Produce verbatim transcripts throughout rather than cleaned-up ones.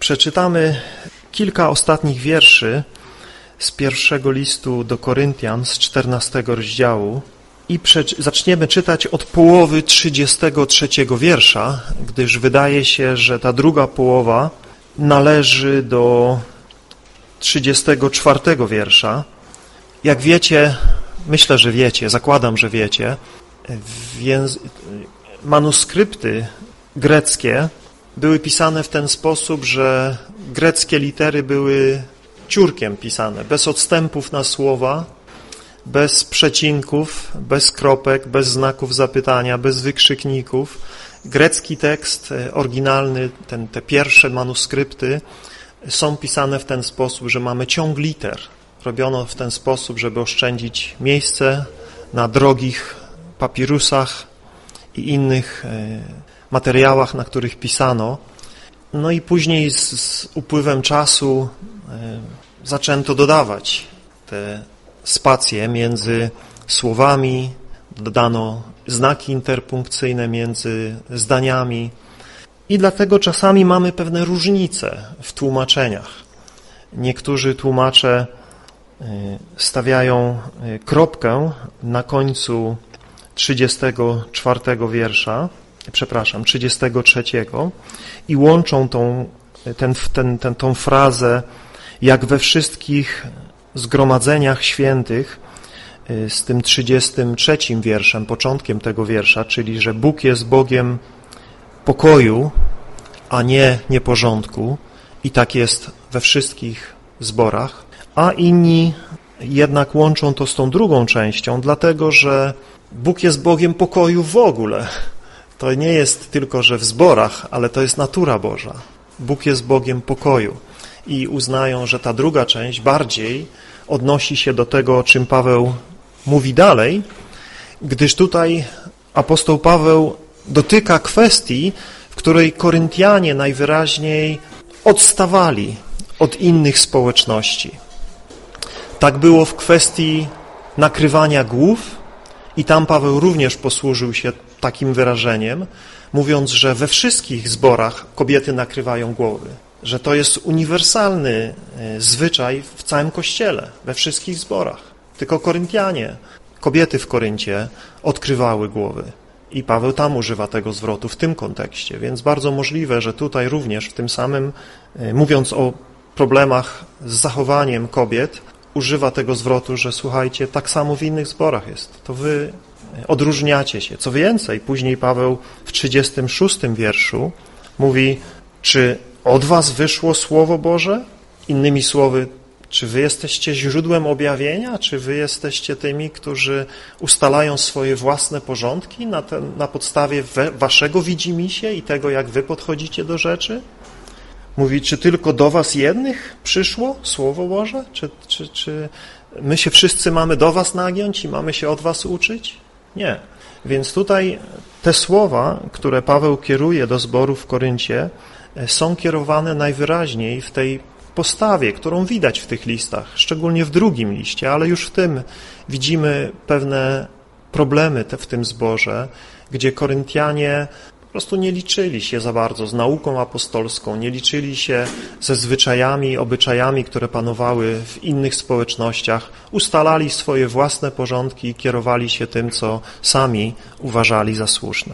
Przeczytamy kilka ostatnich wierszy z pierwszego listu do Koryntian, z czternastego rozdziału i zaczniemy czytać od połowy trzydziestego trzeciego wiersza, gdyż wydaje się, że ta druga połowa należy do trzydziestego czwartego wiersza. Jak wiecie, myślę, że wiecie, zakładam, że wiecie, manuskrypty greckie były pisane w ten sposób, że greckie litery były ciurkiem pisane, bez odstępów na słowa, bez przecinków, bez kropek, bez znaków zapytania, bez wykrzykników. Grecki tekst oryginalny, ten, te pierwsze manuskrypty są pisane w ten sposób, że mamy ciąg liter. Robiono w ten sposób, żeby oszczędzić miejsce na drogich papirusach i innych materiałach, na których pisano. No i później z, z upływem czasu y, zaczęto dodawać te spacje między słowami, dodano znaki interpunkcyjne między zdaniami i dlatego czasami mamy pewne różnice w tłumaczeniach. Niektórzy tłumacze y, stawiają y, kropkę na końcu trzydziestego czwartego wiersza, przepraszam, trzydziestego trzeciego i łączą tą, ten, ten, ten, tą frazę jak we wszystkich zgromadzeniach świętych z tym trzydziestym trzecim wierszem, początkiem tego wiersza, czyli że Bóg jest Bogiem pokoju, a nie nieporządku i tak jest we wszystkich zborach, a inni jednak łączą to z tą drugą częścią, dlatego że Bóg jest Bogiem pokoju w ogóle. To nie jest tylko, że w zborach, ale to jest natura Boża. Bóg jest Bogiem pokoju. I uznają, że ta druga część bardziej odnosi się do tego, o czym Paweł mówi dalej, gdyż tutaj apostoł Paweł dotyka kwestii, w której Koryntianie najwyraźniej odstawali od innych społeczności. Tak było w kwestii nakrywania głów i tam Paweł również posłużył się takim wyrażeniem, mówiąc, że we wszystkich zborach kobiety nakrywają głowy, że to jest uniwersalny zwyczaj w całym Kościele, we wszystkich zborach. Tylko Koryntianie, kobiety w Koryncie odkrywały głowy i Paweł tam używa tego zwrotu w tym kontekście, więc bardzo możliwe, że tutaj również w tym samym, mówiąc o problemach z zachowaniem kobiet, używa tego zwrotu, że słuchajcie, tak samo w innych zborach jest, to wy odróżniacie się. Co więcej, później Paweł w trzydziestym szóstym wierszu mówi, czy od was wyszło Słowo Boże? Innymi słowy, czy wy jesteście źródłem objawienia? Czy wy jesteście tymi, którzy ustalają swoje własne porządki na, ten, na podstawie we, waszego widzimisię i tego, jak wy podchodzicie do rzeczy? Mówi, czy tylko do was jednych przyszło Słowo Boże? Czy, czy, czy my się wszyscy mamy do was nagiąć i mamy się od was uczyć? Nie. Więc tutaj te słowa, które Paweł kieruje do zboru w Koryncie, są kierowane najwyraźniej w tej postawie, którą widać w tych listach, szczególnie w drugim liście, ale już w tym widzimy pewne problemy te w tym zborze, gdzie Koryntianie po prostu nie liczyli się za bardzo z nauką apostolską, nie liczyli się ze zwyczajami, obyczajami, które panowały w innych społecznościach, ustalali swoje własne porządki i kierowali się tym, co sami uważali za słuszne.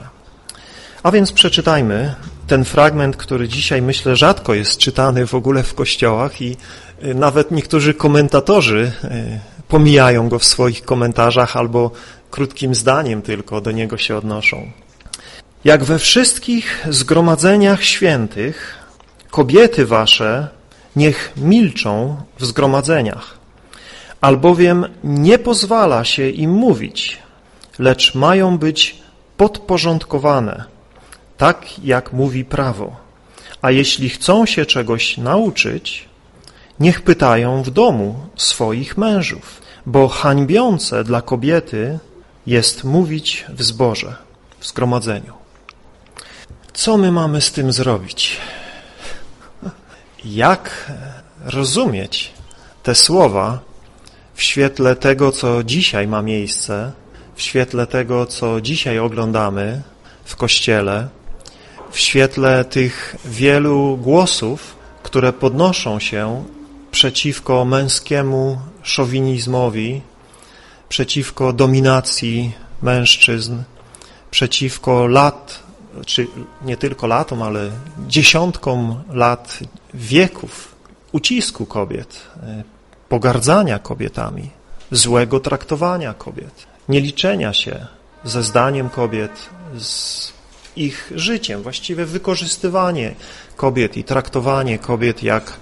A więc przeczytajmy ten fragment, który dzisiaj, myślę, rzadko jest czytany w ogóle w kościołach i nawet niektórzy komentatorzy pomijają go w swoich komentarzach albo krótkim zdaniem tylko do niego się odnoszą. Jak we wszystkich zgromadzeniach świętych, kobiety wasze niech milczą w zgromadzeniach, albowiem nie pozwala się im mówić, lecz mają być podporządkowane, tak jak mówi prawo. A jeśli chcą się czegoś nauczyć, niech pytają w domu swoich mężów, bo hańbiące dla kobiety jest mówić w zborze, w zgromadzeniu. Co my mamy z tym zrobić? Jak rozumieć te słowa w świetle tego, co dzisiaj ma miejsce, w świetle tego, co dzisiaj oglądamy w Kościele, w świetle tych wielu głosów, które podnoszą się przeciwko męskiemu szowinizmowi, przeciwko dominacji mężczyzn, przeciwko lat, czy nie tylko latom, ale dziesiątkom lat, wieków ucisku kobiet, pogardzania kobietami, złego traktowania kobiet, nieliczenia się ze zdaniem kobiet, z ich życiem, właściwie wykorzystywanie kobiet i traktowanie kobiet jak,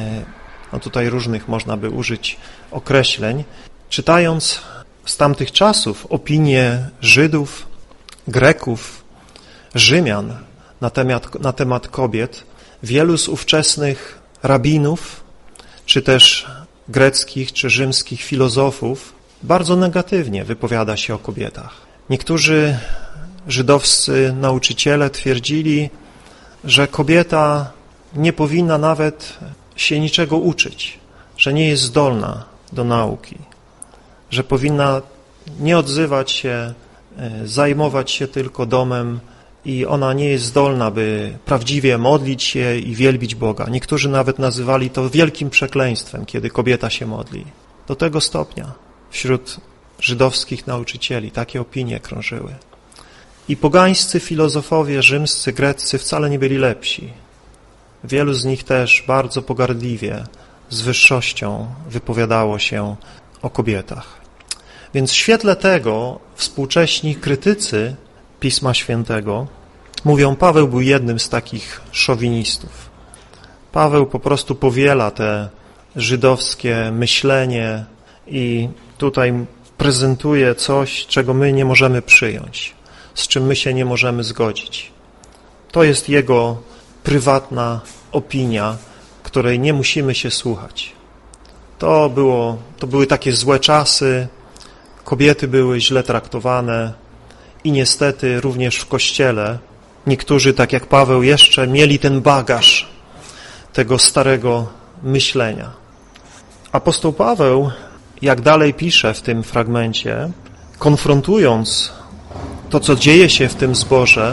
no tutaj różnych można by użyć określeń. Czytając z tamtych czasów opinie Żydów, Greków, Rzymian na temat, na temat kobiet, wielu z ówczesnych rabinów, czy też greckich, czy rzymskich filozofów bardzo negatywnie wypowiada się o kobietach. Niektórzy żydowscy nauczyciele twierdzili, że kobieta nie powinna nawet się niczego uczyć, że nie jest zdolna do nauki, że powinna nie odzywać się, zajmować się tylko domem i ona nie jest zdolna, by prawdziwie modlić się i wielbić Boga. Niektórzy nawet nazywali to wielkim przekleństwem, kiedy kobieta się modli. Do tego stopnia wśród żydowskich nauczycieli takie opinie krążyły. I pogańscy filozofowie rzymscy, greccy wcale nie byli lepsi. Wielu z nich też bardzo pogardliwie, z wyższością wypowiadało się o kobietach. Więc w świetle tego współcześni krytycy Pisma Świętego mówią, Paweł był jednym z takich szowinistów. Paweł po prostu powiela te żydowskie myślenie i tutaj prezentuje coś, czego my nie możemy przyjąć, z czym my się nie możemy zgodzić. To jest jego prywatna opinia, której nie musimy się słuchać. To było, to były takie złe czasy, kobiety były źle traktowane i niestety również w Kościele niektórzy, tak jak Paweł, jeszcze mieli ten bagaż tego starego myślenia. Apostoł Paweł, jak dalej pisze w tym fragmencie, konfrontując to, co dzieje się w tym zborze,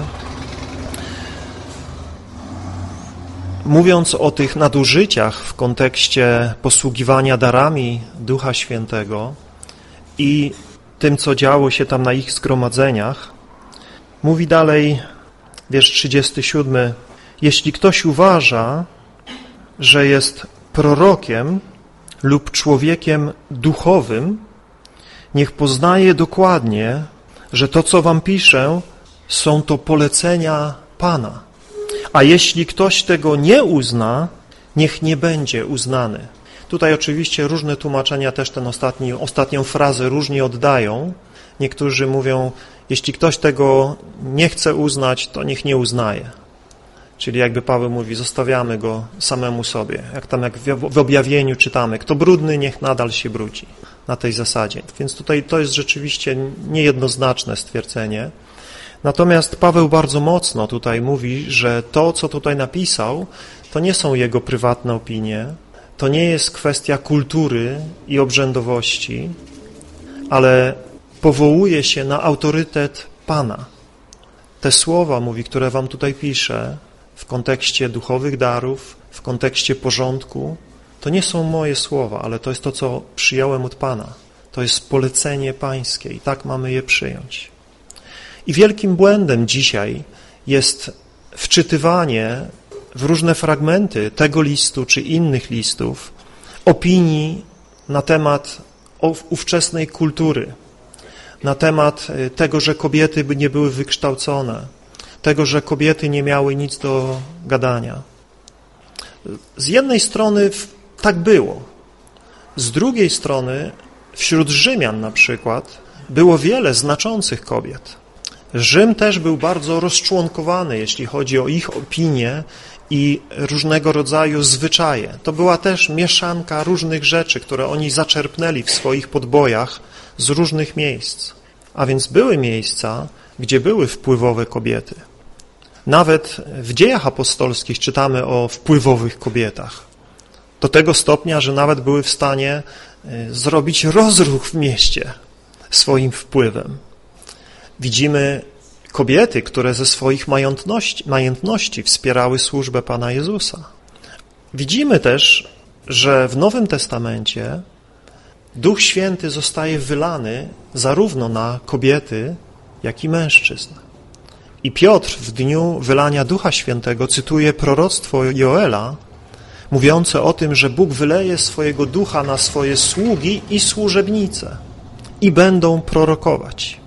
mówiąc o tych nadużyciach w kontekście posługiwania darami Ducha Świętego i tym, co działo się tam na ich zgromadzeniach, mówi dalej, wiersz trzydziesty siódmy, jeśli ktoś uważa, że jest prorokiem lub człowiekiem duchowym, niech poznaje dokładnie, że to, co wam piszę, są to polecenia Pana. A jeśli ktoś tego nie uzna, niech nie będzie uznany. Tutaj oczywiście różne tłumaczenia też tę ostatni, ostatnią frazę różnie oddają. Niektórzy mówią, jeśli ktoś tego nie chce uznać, to niech nie uznaje. Czyli jakby Paweł mówi, zostawiamy go samemu sobie. Jak tam jak w objawieniu czytamy, kto brudny, niech nadal się brudzi. Na tej zasadzie. Więc tutaj to jest rzeczywiście niejednoznaczne stwierdzenie. Natomiast Paweł bardzo mocno tutaj mówi, że to, co tutaj napisał, to nie są jego prywatne opinie, to nie jest kwestia kultury i obrzędowości, ale powołuje się na autorytet Pana. Te słowa, mówi, które wam tutaj piszę, w kontekście duchowych darów, w kontekście porządku, to nie są moje słowa, ale to jest to, co przyjąłem od Pana. To jest polecenie Pańskie i tak mamy je przyjąć. I wielkim błędem dzisiaj jest wczytywanie w różne fragmenty tego listu czy innych listów opinii na temat ówczesnej kultury, na temat tego, że kobiety by nie były wykształcone, tego, że kobiety nie miały nic do gadania. Z jednej strony tak było. Z drugiej strony wśród Rzymian na przykład było wiele znaczących kobiet. Rzym też był bardzo rozczłonkowany, jeśli chodzi o ich opinie i różnego rodzaju zwyczaje. To była też mieszanka różnych rzeczy, które oni zaczerpnęli w swoich podbojach z różnych miejsc. A więc były miejsca, gdzie były wpływowe kobiety. Nawet w Dziejach Apostolskich czytamy o wpływowych kobietach. Do tego stopnia, że nawet były w stanie zrobić rozruch w mieście swoim wpływem. Widzimy kobiety, które ze swoich majątności, majątności wspierały służbę Pana Jezusa. Widzimy też, że w Nowym Testamencie Duch Święty zostaje wylany zarówno na kobiety, jak i mężczyzn. I Piotr w dniu wylania Ducha Świętego cytuje proroctwo Joela, mówiące o tym, że Bóg wyleje swojego Ducha na swoje sługi i służebnice i będą prorokować.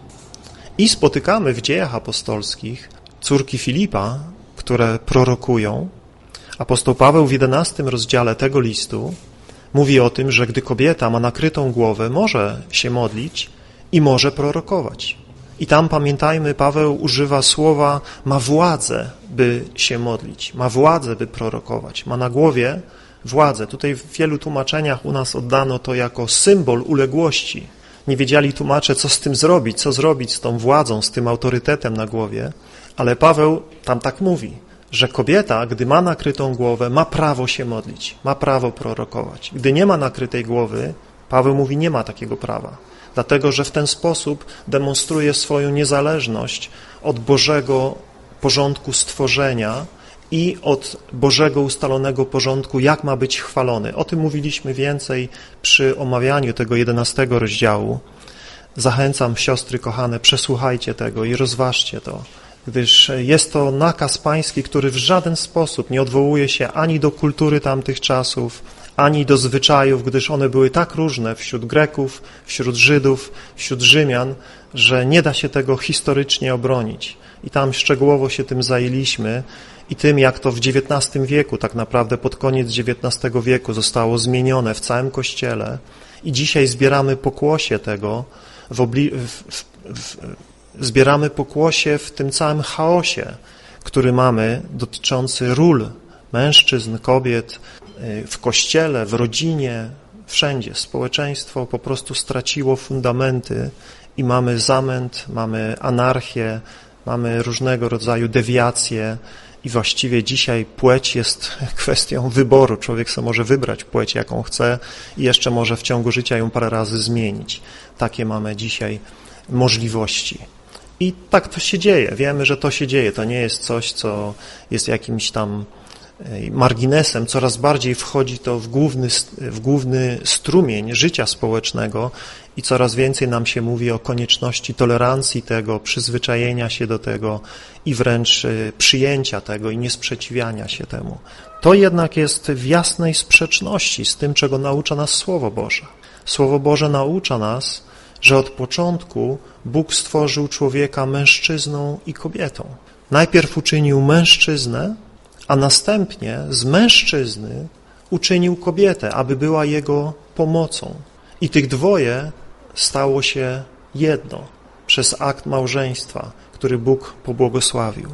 I spotykamy w Dziejach Apostolskich córki Filipa, które prorokują. Apostoł Paweł w jedenastym rozdziale tego listu mówi o tym, że gdy kobieta ma nakrytą głowę, może się modlić i może prorokować. I tam, pamiętajmy, Paweł używa słowa ma władzę, by się modlić, ma władzę, by prorokować, ma na głowie władzę. Tutaj w wielu tłumaczeniach u nas oddano to jako symbol uległości. Nie wiedzieli tłumacze, co z tym zrobić, co zrobić z tą władzą, z tym autorytetem na głowie, ale Paweł tam tak mówi, że kobieta, gdy ma nakrytą głowę, ma prawo się modlić, ma prawo prorokować. Gdy nie ma nakrytej głowy, Paweł mówi, nie ma takiego prawa, dlatego że w ten sposób demonstruje swoją niezależność od Bożego porządku stworzenia i od Bożego ustalonego porządku, jak ma być chwalony. O tym mówiliśmy więcej przy omawianiu tego jedenastego rozdziału. Zachęcam, siostry kochane, przesłuchajcie tego i rozważcie to, gdyż jest to nakaz pański, który w żaden sposób nie odwołuje się ani do kultury tamtych czasów, ani do zwyczajów, gdyż one były tak różne wśród Greków, wśród Żydów, wśród Rzymian, że nie da się tego historycznie obronić. I tam szczegółowo się tym zajęliśmy i tym, jak to w dziewiętnastym wieku, tak naprawdę pod koniec dziewiętnastego wieku zostało zmienione w całym Kościele i dzisiaj zbieramy pokłosie tego, w obli- w, w, w, zbieramy pokłosie w tym całym chaosie, który mamy dotyczący ról mężczyzn, kobiet, w Kościele, w rodzinie, wszędzie. Społeczeństwo po prostu straciło fundamenty i mamy zamęt, mamy anarchię, mamy różnego rodzaju dewiacje i właściwie dzisiaj płeć jest kwestią wyboru. Człowiek sobie może wybrać płeć, jaką chce i jeszcze może w ciągu życia ją parę razy zmienić. Takie mamy dzisiaj możliwości. I tak to się dzieje. Wiemy, że to się dzieje. To nie jest coś, co jest jakimś tam marginesem. Coraz bardziej wchodzi to w główny, w główny strumień życia społecznego i coraz więcej nam się mówi o konieczności tolerancji tego, przyzwyczajenia się do tego i wręcz przyjęcia tego i niesprzeciwiania się temu. To jednak jest w jasnej sprzeczności z tym, czego naucza nas Słowo Boże. Słowo Boże naucza nas, że od początku Bóg stworzył człowieka mężczyzną i kobietą. Najpierw uczynił mężczyznę, a następnie z mężczyzny uczynił kobietę, aby była jego pomocą. I tych dwoje stało się jedno przez akt małżeństwa, który Bóg pobłogosławił.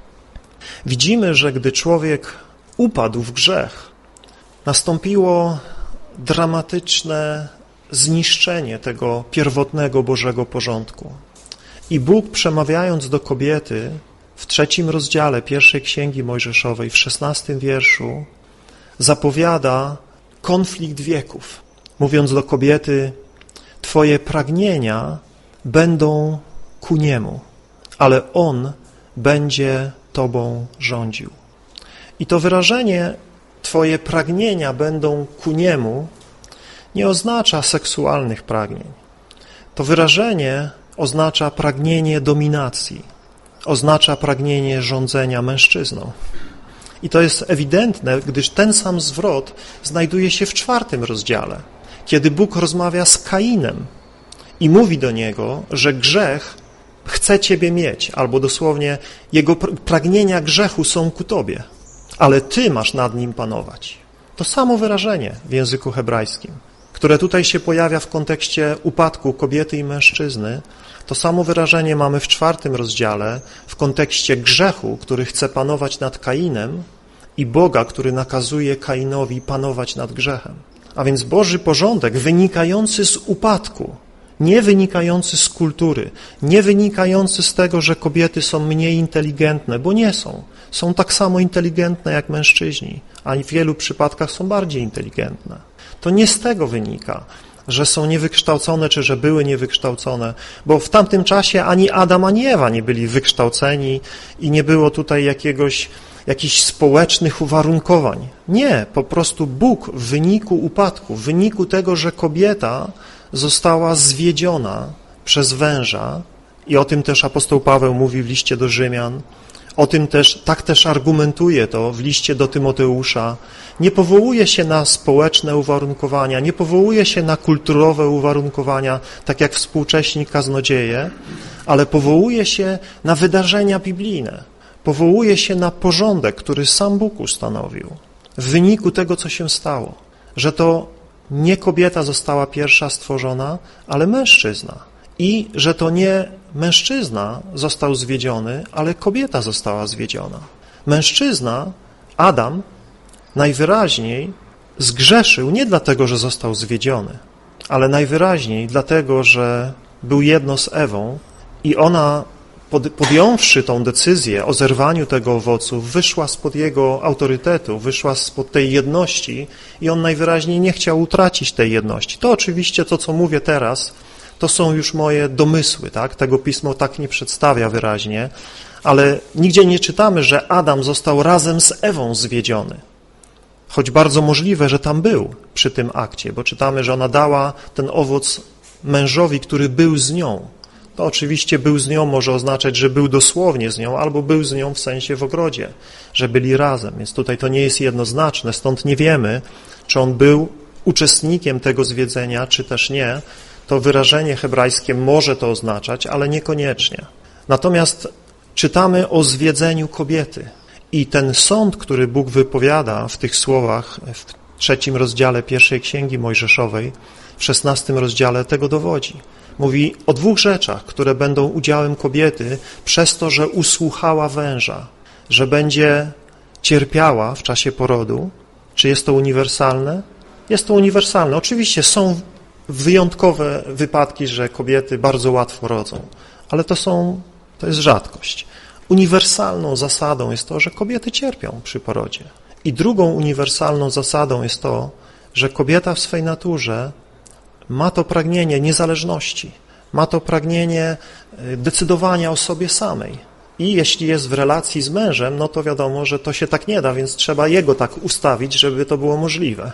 Widzimy, że gdy człowiek upadł w grzech, nastąpiło dramatyczne zniszczenie tego pierwotnego Bożego porządku. I Bóg, przemawiając do kobiety w trzecim rozdziale pierwszej Księgi Mojżeszowej, w szesnastym wierszu, zapowiada konflikt wieków, mówiąc do kobiety: Twoje pragnienia będą ku niemu, ale on będzie tobą rządził. I to wyrażenie Twoje pragnienia będą ku niemu nie oznacza seksualnych pragnień. To wyrażenie oznacza pragnienie dominacji, oznacza pragnienie rządzenia mężczyzną. I to jest ewidentne, gdyż ten sam zwrot znajduje się w czwartym rozdziale, kiedy Bóg rozmawia z Kainem i mówi do niego, że grzech chce ciebie mieć, albo dosłownie jego pragnienia grzechu są ku tobie, ale ty masz nad nim panować. To samo wyrażenie w języku hebrajskim, które tutaj się pojawia w kontekście upadku kobiety i mężczyzny, to samo wyrażenie mamy w czwartym rozdziale w kontekście grzechu, który chce panować nad Kainem i Boga, który nakazuje Kainowi panować nad grzechem. A więc Boży porządek wynikający z upadku, nie wynikający z kultury, nie wynikający z tego, że kobiety są mniej inteligentne, bo nie są. Są tak samo inteligentne jak mężczyźni, a w wielu przypadkach są bardziej inteligentne. To nie z tego wynika, że są niewykształcone, czy że były niewykształcone, bo w tamtym czasie ani Adam, ani Ewa nie byli wykształceni i nie było tutaj jakiegoś, jakichś społecznych uwarunkowań. Nie, po prostu Bóg w wyniku upadku, w wyniku tego, że kobieta została zwiedziona przez węża, i o tym też apostoł Paweł mówi w liście do Rzymian, o tym też, tak też argumentuje to w liście do Tymoteusza, nie powołuje się na społeczne uwarunkowania, nie powołuje się na kulturowe uwarunkowania, tak jak współcześni kaznodzieje, ale powołuje się na wydarzenia biblijne, powołuje się na porządek, który sam Bóg ustanowił w wyniku tego, co się stało, że to nie kobieta została pierwsza stworzona, ale mężczyzna i że to nie mężczyzna został zwiedziony, ale kobieta została zwiedziona. Mężczyzna, Adam, najwyraźniej zgrzeszył nie dlatego, że został zwiedziony, ale najwyraźniej dlatego, że był jedno z Ewą i ona, podjąwszy tą decyzję o zerwaniu tego owocu, wyszła spod jego autorytetu, wyszła spod tej jedności i on najwyraźniej nie chciał utracić tej jedności. To oczywiście to, co mówię teraz, to są już moje domysły, tak? Tego Pismo tak nie przedstawia wyraźnie, ale nigdzie nie czytamy, że Adam został razem z Ewą zwiedziony. Choć bardzo możliwe, że tam był przy tym akcie, bo czytamy, że ona dała ten owoc mężowi, który był z nią. To oczywiście był z nią może oznaczać, że był dosłownie z nią, albo był z nią w sensie w ogrodzie, że byli razem. Więc tutaj to nie jest jednoznaczne, stąd nie wiemy, czy on był uczestnikiem tego zwiedzenia, czy też nie. To wyrażenie hebrajskie może to oznaczać, ale niekoniecznie. Natomiast czytamy o zwiedzeniu kobiety i ten sąd, który Bóg wypowiada w tych słowach w trzecim rozdziale pierwszej Księgi Mojżeszowej, w szesnastym rozdziale tego dowodzi. Mówi o dwóch rzeczach, które będą udziałem kobiety przez to, że usłuchała węża, że będzie cierpiała w czasie porodu. Czy jest to uniwersalne? Jest to uniwersalne. Oczywiście są wyjątkowe wypadki, że kobiety bardzo łatwo rodzą, ale to są, to jest rzadkość. Uniwersalną zasadą jest to, że kobiety cierpią przy porodzie. I drugą uniwersalną zasadą jest to, że kobieta w swej naturze ma to pragnienie niezależności, ma to pragnienie decydowania o sobie samej. I jeśli jest w relacji z mężem, no to wiadomo, że to się tak nie da, więc trzeba jego tak ustawić, żeby to było możliwe.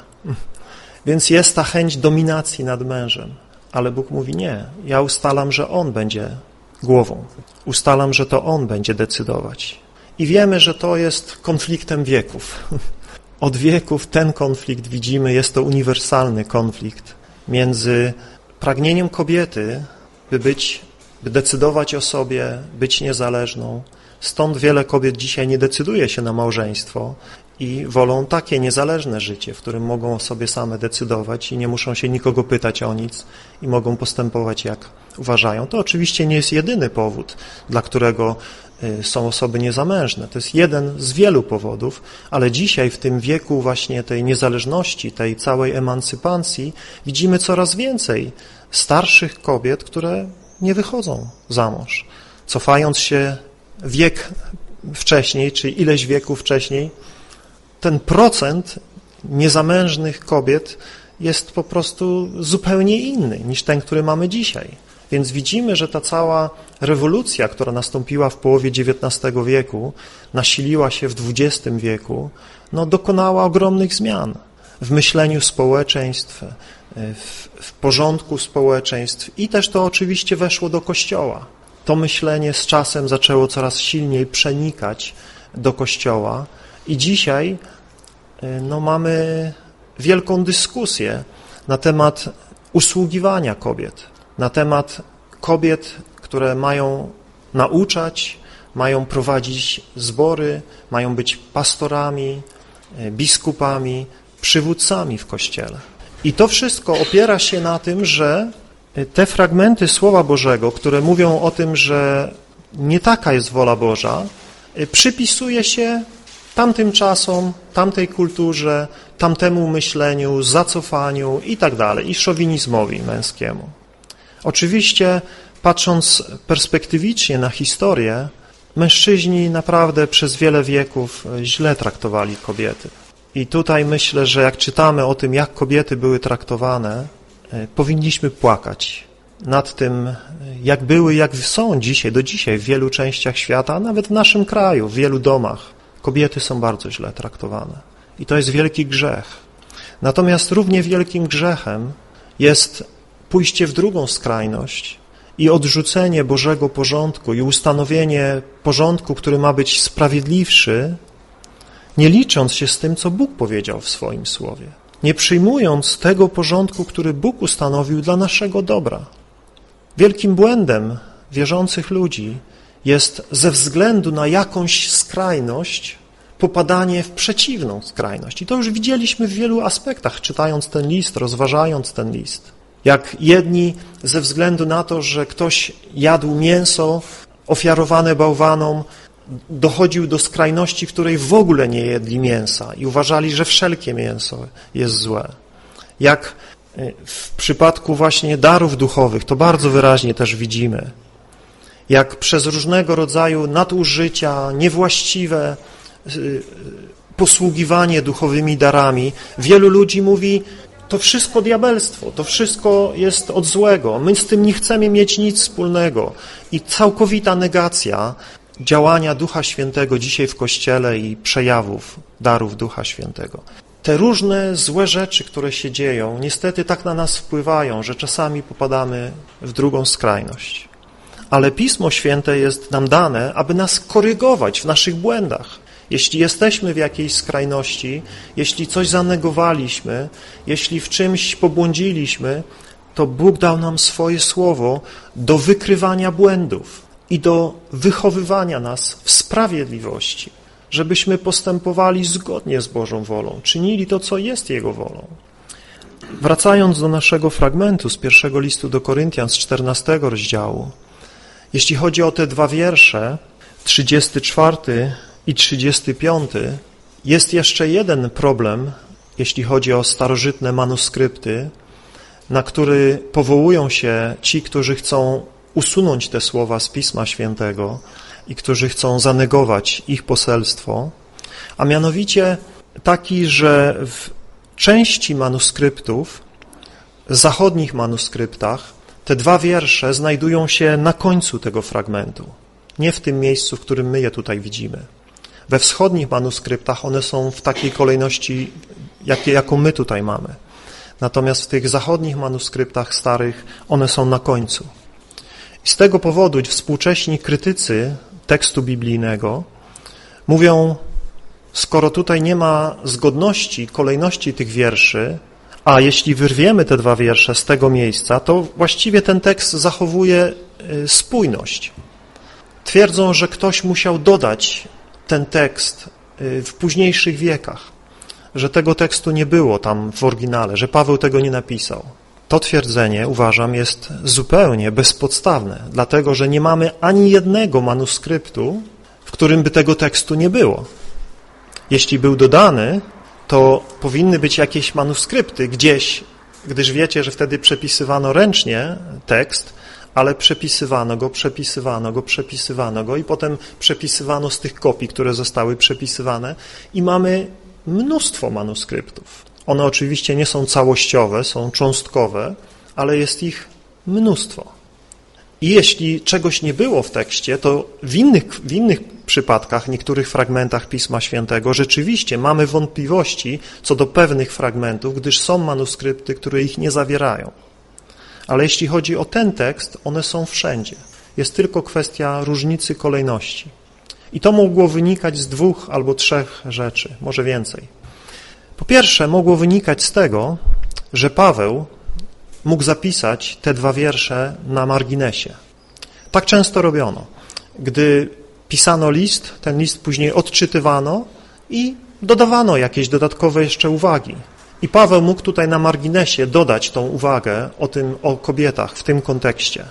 Więc jest ta chęć dominacji nad mężem, ale Bóg mówi nie, ja ustalam, że on będzie głową, ustalam, że to on będzie decydować. I wiemy, że to jest konfliktem wieków. Od wieków ten konflikt widzimy, jest to uniwersalny konflikt między pragnieniem kobiety, by być, by decydować o sobie, być niezależną. Stąd wiele kobiet dzisiaj nie decyduje się na małżeństwo i wolą takie niezależne życie, w którym mogą o sobie same decydować i nie muszą się nikogo pytać o nic i mogą postępować jak uważają. To oczywiście nie jest jedyny powód, dla którego są osoby niezamężne. To jest jeden z wielu powodów, ale dzisiaj w tym wieku właśnie tej niezależności, tej całej emancypacji widzimy coraz więcej starszych kobiet, które nie wychodzą za mąż. Cofając się wiek wcześniej, czy ileś wieków wcześniej, ten procent niezamężnych kobiet jest po prostu zupełnie inny niż ten, który mamy dzisiaj. Więc widzimy, że ta cała rewolucja, która nastąpiła w połowie dziewiętnastego wieku, nasiliła się w dwudziestym wieku, no dokonała ogromnych zmian w myśleniu społeczeństw, w, w porządku społeczeństw i też to oczywiście weszło do Kościoła. To myślenie z czasem zaczęło coraz silniej przenikać do Kościoła i dzisiaj no, mamy wielką dyskusję na temat usługiwania kobiet, na temat kobiet, które mają nauczać, mają prowadzić zbory, mają być pastorami, biskupami, przywódcami w Kościele. I to wszystko opiera się na tym, że te fragmenty Słowa Bożego, które mówią o tym, że nie taka jest wola Boża, przypisuje się tamtym czasom, tamtej kulturze, tamtemu myśleniu, zacofaniu i tak dalej, i szowinizmowi męskiemu. Oczywiście, patrząc perspektywicznie na historię, mężczyźni naprawdę przez wiele wieków źle traktowali kobiety. I tutaj myślę, że jak czytamy o tym, jak kobiety były traktowane, powinniśmy płakać nad tym, jak były, jak są dzisiaj, do dzisiaj w wielu częściach świata, a nawet w naszym kraju, w wielu domach Kobiety są bardzo źle traktowane. I to jest wielki grzech. Natomiast równie wielkim grzechem jest pójście w drugą skrajność i odrzucenie Bożego porządku i ustanowienie porządku, który ma być sprawiedliwszy, nie licząc się z tym, co Bóg powiedział w swoim słowie. Nie przyjmując tego porządku, który Bóg ustanowił dla naszego dobra. Wielkim błędem wierzących ludzi jest ze względu na jakąś skrajność popadanie w przeciwną skrajność. I to już widzieliśmy w wielu aspektach, czytając ten list, rozważając ten list. Jak jedni ze względu na to, że ktoś jadł mięso ofiarowane bałwanom, dochodził do skrajności, w której w ogóle nie jedli mięsa i uważali, że wszelkie mięso jest złe. Jak w przypadku właśnie darów duchowych, to bardzo wyraźnie też widzimy, jak przez różnego rodzaju nadużycia, niewłaściwe posługiwanie duchowymi darami, wielu ludzi mówi, to wszystko diabelstwo, to wszystko jest od złego, my z tym nie chcemy mieć nic wspólnego. I całkowita negacja działania Ducha Świętego dzisiaj w Kościele i przejawów darów Ducha Świętego. Te różne złe rzeczy, które się dzieją, niestety tak na nas wpływają, że czasami popadamy w drugą skrajność. Ale Pismo Święte jest nam dane, aby nas korygować w naszych błędach. Jeśli jesteśmy w jakiejś skrajności, jeśli coś zanegowaliśmy, jeśli w czymś pobłądziliśmy, to Bóg dał nam swoje słowo do wykrywania błędów i do wychowywania nas w sprawiedliwości, żebyśmy postępowali zgodnie z Bożą wolą, czynili to, co jest Jego wolą. Wracając do naszego fragmentu z pierwszego listu do Koryntian z czternastego rozdziału, jeśli chodzi o te dwa wiersze, trzydziesty czwarty i trzydziesty piąty, jest jeszcze jeden problem, jeśli chodzi o starożytne manuskrypty, na który powołują się ci, którzy chcą usunąć te słowa z Pisma Świętego i którzy chcą zanegować ich poselstwo, a mianowicie taki, że w części manuskryptów, zachodnich manuskryptach, te dwa wiersze znajdują się na końcu tego fragmentu, nie w tym miejscu, w którym my je tutaj widzimy. We wschodnich manuskryptach one są w takiej kolejności, jakie, jaką my tutaj mamy. Natomiast w tych zachodnich manuskryptach starych one są na końcu. I z tego powodu współcześni krytycy tekstu biblijnego mówią, skoro tutaj nie ma zgodności, kolejności tych wierszy, a jeśli wyrwiemy te dwa wiersze z tego miejsca, to właściwie ten tekst zachowuje spójność. Twierdzą, że ktoś musiał dodać ten tekst w późniejszych wiekach, że tego tekstu nie było tam w oryginale, że Paweł tego nie napisał. To twierdzenie, uważam, jest zupełnie bezpodstawne, dlatego że nie mamy ani jednego manuskryptu, w którym by tego tekstu nie było. Jeśli był dodany, to powinny być jakieś manuskrypty gdzieś, gdyż wiecie, że wtedy przepisywano ręcznie tekst, ale przepisywano go, przepisywano go, przepisywano go i potem przepisywano z tych kopii, które zostały przepisywane i mamy mnóstwo manuskryptów. One oczywiście nie są całościowe, są cząstkowe, ale jest ich mnóstwo. I jeśli czegoś nie było w tekście, to w innych, w innych przypadkach, niektórych fragmentach Pisma Świętego rzeczywiście mamy wątpliwości co do pewnych fragmentów, gdyż są manuskrypty, które ich nie zawierają. Ale jeśli chodzi o ten tekst, one są wszędzie. Jest tylko kwestia różnicy kolejności. I to mogło wynikać z dwóch albo trzech rzeczy, może więcej. Po pierwsze, mogło wynikać z tego, że Paweł mógł zapisać te dwa wiersze na marginesie. Tak często robiono. Gdy pisano list, ten list później odczytywano i dodawano jakieś dodatkowe jeszcze uwagi. I Paweł mógł tutaj na marginesie dodać tą uwagę o tym, o kobietach w tym kontekście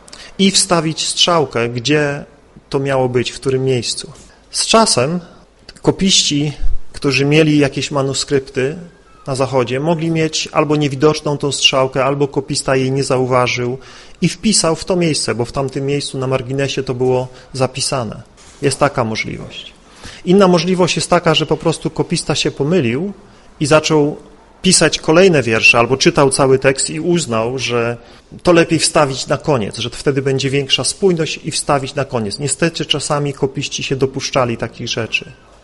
i wstawić strzałkę, gdzie to miało być, w którym miejscu. Z czasem kopiści, którzy mieli jakieś manuskrypty na zachodzie, mogli mieć albo niewidoczną tą strzałkę, albo kopista jej nie zauważył i wpisał w to miejsce, bo w tamtym miejscu na marginesie to było zapisane. Jest taka możliwość. Inna możliwość jest taka, że po prostu kopista się pomylił i zaczął pisać kolejne wiersze, albo czytał cały tekst i uznał, że to lepiej wstawić na koniec, że to wtedy będzie większa spójność i wstawić na koniec. Niestety czasami kopiści się dopuszczali takich rzeczy.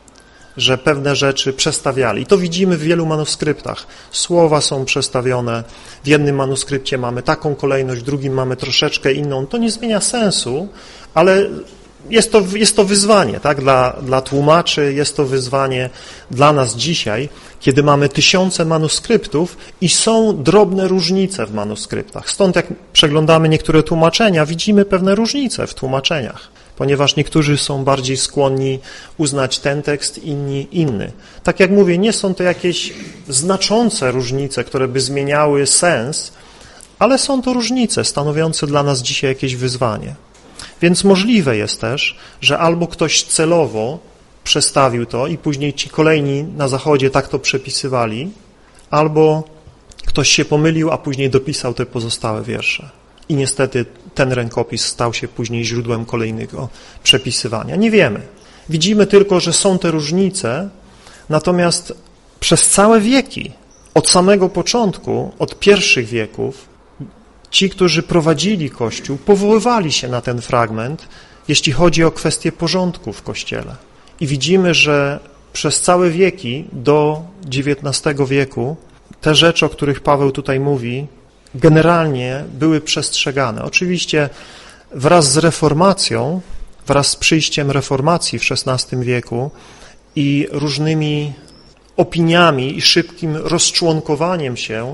że pewne rzeczy przestawiali. I to widzimy w wielu manuskryptach. Słowa są przestawione. W jednym manuskrypcie mamy taką kolejność, w drugim mamy troszeczkę inną. To nie zmienia sensu, ale jest to, jest to wyzwanie, tak? Dla, dla tłumaczy jest to wyzwanie dla nas dzisiaj, kiedy mamy tysiące manuskryptów i są drobne różnice w manuskryptach. Stąd jak przeglądamy niektóre tłumaczenia, widzimy pewne różnice w tłumaczeniach, ponieważ niektórzy są bardziej skłonni uznać ten tekst, inni inny. Tak jak mówię, nie są to jakieś znaczące różnice, które by zmieniały sens, ale są to różnice stanowiące dla nas dzisiaj jakieś wyzwanie. Więc możliwe jest też, że albo ktoś celowo przestawił to i później ci kolejni na zachodzie tak to przepisywali, albo ktoś się pomylił, a później dopisał te pozostałe wiersze. I niestety ten rękopis stał się później źródłem kolejnego przepisywania. Nie wiemy. Widzimy tylko, że są te różnice, natomiast przez całe wieki, od samego początku, od pierwszych wieków, ci, którzy prowadzili Kościół, powoływali się na ten fragment, jeśli chodzi o kwestię porządku w Kościele. I widzimy, że przez całe wieki do dziewiętnastego wieku te rzeczy, o których Paweł tutaj mówi, generalnie były przestrzegane. Oczywiście wraz z reformacją, wraz z przyjściem reformacji w szesnastym wieku i różnymi opiniami i szybkim rozczłonkowaniem się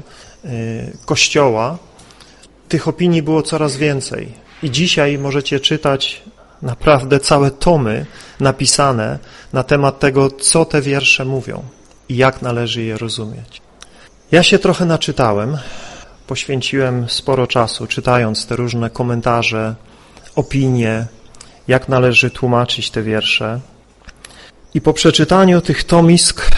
Kościoła, tych opinii było coraz więcej. I dzisiaj możecie czytać naprawdę całe tomy napisane na temat tego, co te wiersze mówią i jak należy je rozumieć. Ja się trochę naczytałem, poświęciłem sporo czasu, czytając te różne komentarze, opinie, jak należy tłumaczyć te wiersze. I po przeczytaniu tych tomisk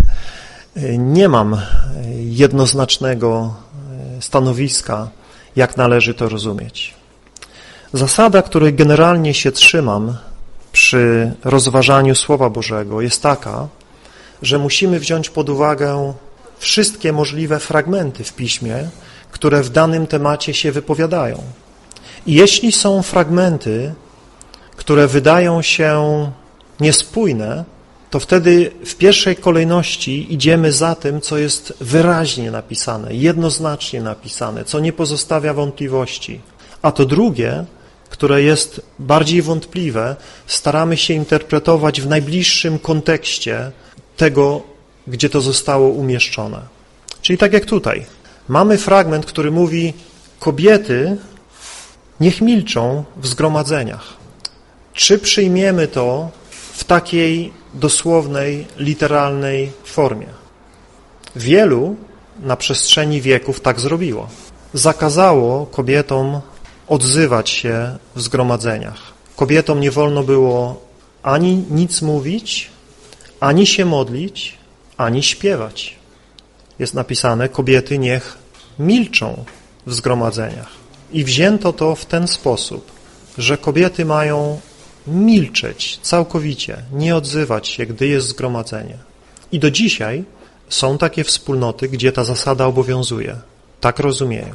nie mam jednoznacznego stanowiska, jak należy to rozumieć. Zasada, której generalnie się trzymam przy rozważaniu Słowa Bożego, jest taka, że musimy wziąć pod uwagę wszystkie możliwe fragmenty w Piśmie, które w danym temacie się wypowiadają. I jeśli są fragmenty, które wydają się niespójne, to wtedy w pierwszej kolejności idziemy za tym, co jest wyraźnie napisane, jednoznacznie napisane, co nie pozostawia wątpliwości. A to drugie, które jest bardziej wątpliwe, staramy się interpretować w najbliższym kontekście tego, gdzie to zostało umieszczone. Czyli tak jak tutaj. Mamy fragment, który mówi: kobiety niech milczą w zgromadzeniach. Czy przyjmiemy to w takiej dosłownej, literalnej formie? Wielu na przestrzeni wieków tak zrobiło. Zakazało kobietom odzywać się w zgromadzeniach. Kobietom nie wolno było ani nic mówić, ani się modlić, ani śpiewać. Jest napisane: kobiety niech milczą w zgromadzeniach. I wzięto to w ten sposób, że kobiety mają milczeć całkowicie, nie odzywać się, gdy jest zgromadzenie. I do dzisiaj są takie wspólnoty, gdzie ta zasada obowiązuje. Tak rozumieją.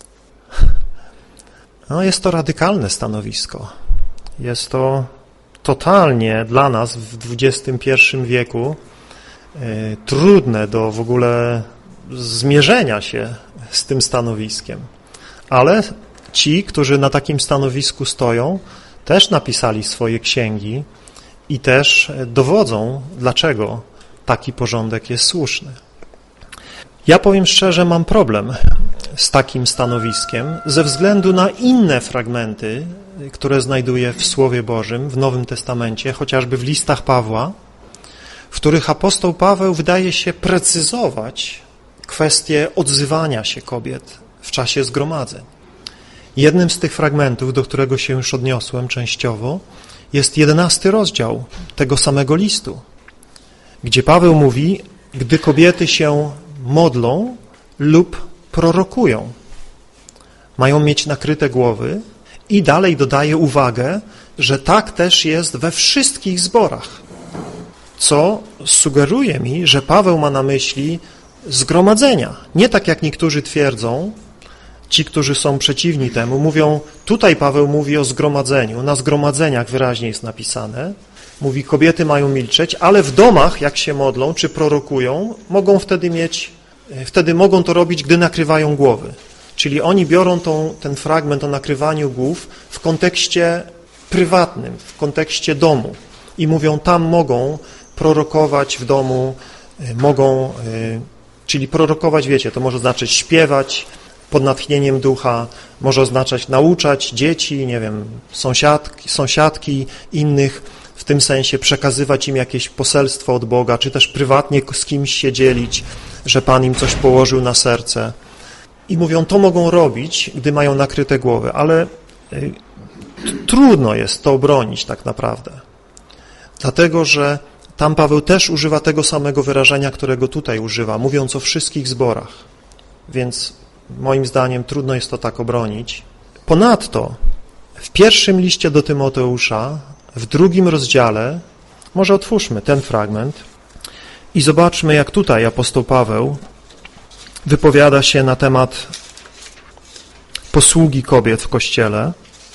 No, jest to radykalne stanowisko. Jest to totalnie dla nas w dwudziestym pierwszym wieku y, trudne do w ogóle zmierzenia się z tym stanowiskiem. Ale ci, którzy na takim stanowisku stoją, też napisali swoje księgi i też dowodzą, dlaczego taki porządek jest słuszny. Ja powiem szczerze, mam problem z takim stanowiskiem ze względu na inne fragmenty, które znajduję w Słowie Bożym, w Nowym Testamencie, chociażby w listach Pawła, w których apostoł Paweł wydaje się precyzować kwestię odzywania się kobiet w czasie zgromadzeń. Jednym z tych fragmentów, do którego się już odniosłem częściowo, jest jedenasty rozdział tego samego listu, gdzie Paweł mówi: gdy kobiety się modlą lub prorokują, mają mieć nakryte głowy, i dalej dodaje uwagę, że tak też jest we wszystkich zborach, co sugeruje mi, że Paweł ma na myśli zgromadzenia. Nie tak jak niektórzy twierdzą, ci, którzy są przeciwni temu, mówią, tutaj Paweł mówi o zgromadzeniu, na zgromadzeniach wyraźnie jest napisane, Mówi, kobiety mają milczeć, ale w domach, jak się modlą czy prorokują, mogą wtedy mieć, wtedy mogą to robić, gdy nakrywają głowy. Czyli oni biorą tą, ten fragment o nakrywaniu głów w kontekście prywatnym, w kontekście domu i mówią, tam mogą prorokować w domu, mogą, czyli prorokować, wiecie, to może znaczyć śpiewać pod natchnieniem ducha, może oznaczać nauczać dzieci, nie wiem, sąsiadki, sąsiadki innych, w tym sensie przekazywać im jakieś poselstwo od Boga, czy też prywatnie z kimś się dzielić, że Pan im coś położył na serce. I mówią, to mogą robić, gdy mają nakryte głowy, ale y, trudno jest to obronić tak naprawdę. Dlatego, że tam Paweł też używa tego samego wyrażenia, którego tutaj używa, mówiąc o wszystkich zborach. Więc moim zdaniem trudno jest to tak obronić. Ponadto w pierwszym liście do Tymoteusza, w drugim rozdziale, może otwórzmy ten fragment i zobaczmy, jak tutaj apostoł Paweł wypowiada się na temat posługi kobiet w Kościele.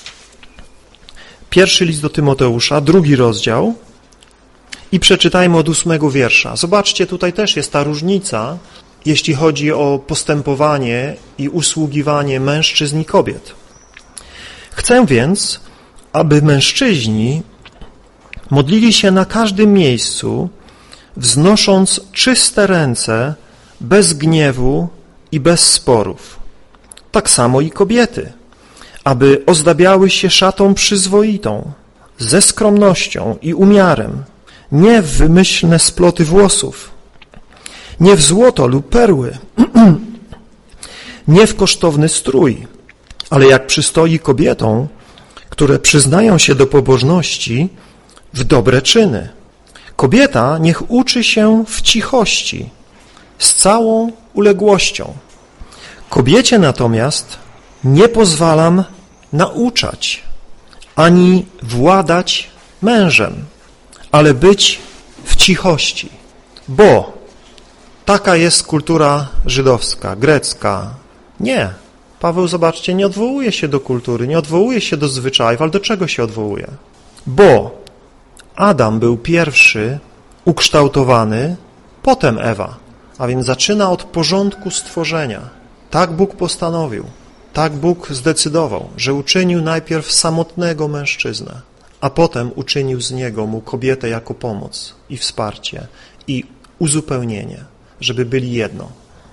Pierwszy list do Tymoteusza, drugi rozdział i przeczytajmy od ósmego wiersza. Zobaczcie, tutaj też jest ta różnica, jeśli chodzi o postępowanie i usługiwanie mężczyzn i kobiet. Chcę więc, aby mężczyźni modlili się na każdym miejscu, wznosząc czyste ręce, bez gniewu i bez sporów. Tak samo i kobiety, aby ozdabiały się szatą przyzwoitą, ze skromnością i umiarem, nie w wymyślne sploty włosów, nie w złoto lub perły, nie w kosztowny strój, ale jak przystoi kobietom, które przyznają się do pobożności, w dobre czyny. Kobieta niech uczy się w cichości, z całą uległością. Kobiecie natomiast nie pozwalam nauczać, ani władać mężem, ale być w cichości, bo taka jest kultura żydowska, grecka. Nie. Paweł, zobaczcie, nie odwołuje się do kultury, nie odwołuje się do zwyczajów, ale do czego się odwołuje? Bo Adam był pierwszy ukształtowany, potem Ewa, a więc zaczyna od porządku stworzenia. Tak Bóg postanowił, tak Bóg zdecydował, że uczynił najpierw samotnego mężczyznę, a potem uczynił z niego mu kobietę jako pomoc i wsparcie i uzupełnienie, żeby byli jedno.